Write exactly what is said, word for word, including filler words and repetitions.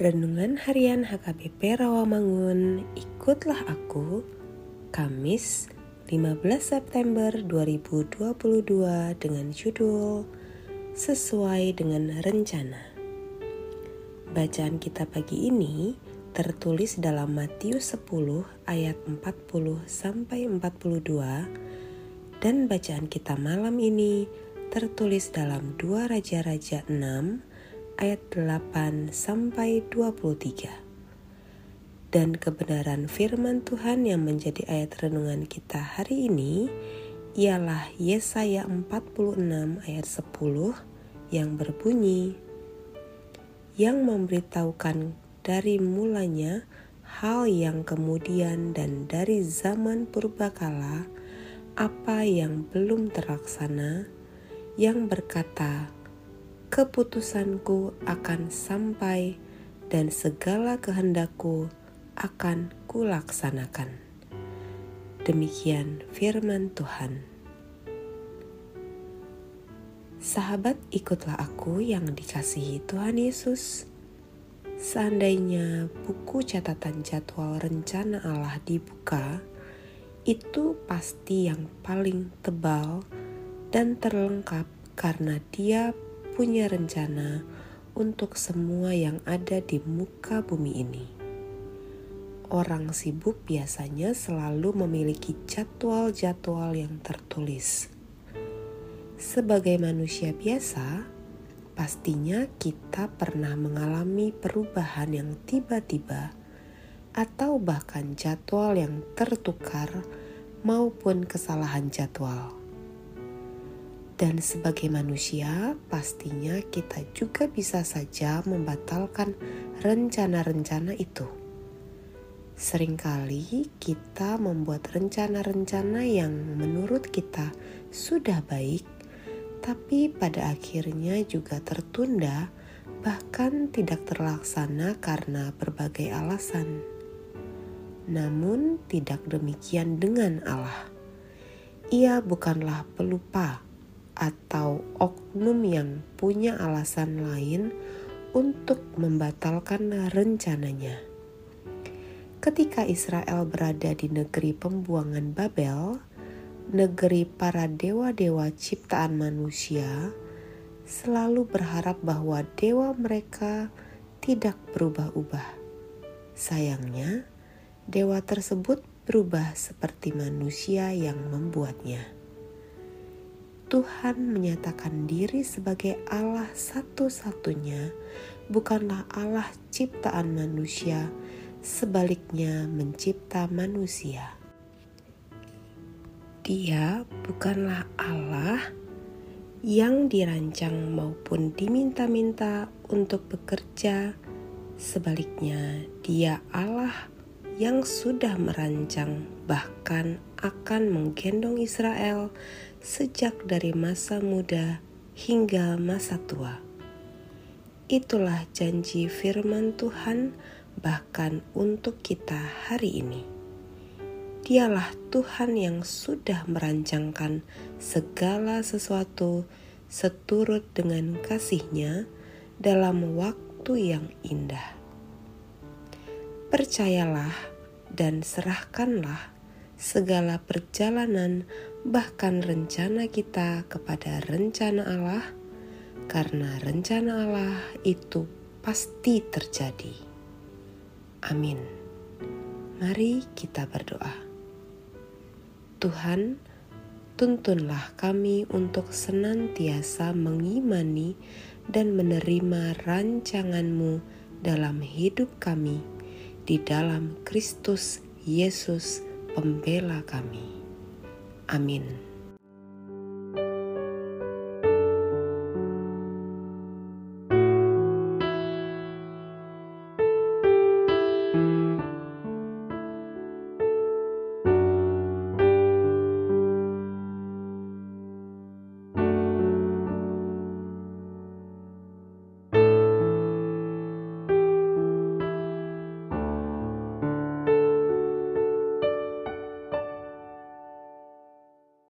Renungan Harian H K B P Rawamangun, ikutlah aku, Kamis lima belas September dua ribu dua puluh dua dengan judul Sesuai dengan Rencana. Bacaan kita pagi ini tertulis dalam Matius sepuluh ayat empat puluh sampai empat puluh dua dan bacaan kita malam ini tertulis dalam dua Raja-Raja enam ayat delapan sampai dua puluh tiga. Dan kebenaran firman Tuhan yang menjadi ayat renungan kita hari ini ialah Yesaya empat puluh enam ayat sepuluh yang berbunyi, yang memberitahukan dari mulanya hal yang kemudian dan dari zaman purbakala apa yang belum terlaksana, yang berkata, keputusanku akan sampai dan segala kehendakku akan kulaksanakan. Demikian firman Tuhan. Sahabat, ikutlah aku yang dikasihi Tuhan Yesus. Seandainya buku catatan jadwal rencana Allah dibuka, itu pasti yang paling tebal dan terlengkap karena Dia punya rencana untuk semua yang ada di muka bumi ini. Orang sibuk biasanya selalu memiliki jadwal-jadwal yang tertulis. Sebagai manusia biasa, pastinya kita pernah mengalami perubahan yang tiba-tiba atau bahkan jadwal yang tertukar maupun kesalahan jadwal. Dan sebagai manusia, pastinya kita juga bisa saja membatalkan rencana-rencana itu. Seringkali kita membuat rencana-rencana yang menurut kita sudah baik, tapi pada akhirnya juga tertunda, bahkan tidak terlaksana karena berbagai alasan. Namun tidak demikian dengan Allah. Ia bukanlah pelupa atau oknum yang punya alasan lain untuk membatalkan rencananya. Ketika Israel berada di negeri pembuangan Babel, negeri para dewa-dewa ciptaan manusia, selalu berharap bahwa dewa mereka tidak berubah-ubah. Sayangnya, dewa tersebut berubah seperti manusia yang membuatnya. Tuhan menyatakan diri sebagai Allah satu-satunya, bukanlah Allah ciptaan manusia, sebaliknya mencipta manusia. Dia bukanlah Allah yang dirancang maupun diminta-minta untuk bekerja, sebaliknya Dia Allah yang sudah merancang bahkan akan menggendong Israel sejak dari masa muda hingga masa tua. Itulah janji firman Tuhan bahkan untuk kita hari ini. Dialah Tuhan yang sudah merancangkan segala sesuatu seturut dengan kasih-Nya dalam waktu yang indah. Percayalah dan serahkanlah segala perjalanan bahkan rencana kita kepada rencana Allah, karena rencana Allah itu pasti terjadi. Amin. Mari kita berdoa. Tuhan, tuntunlah kami untuk senantiasa mengimani dan menerima rancangan-Mu dalam hidup kami, di dalam Kristus Yesus, Pembela kami. Amin.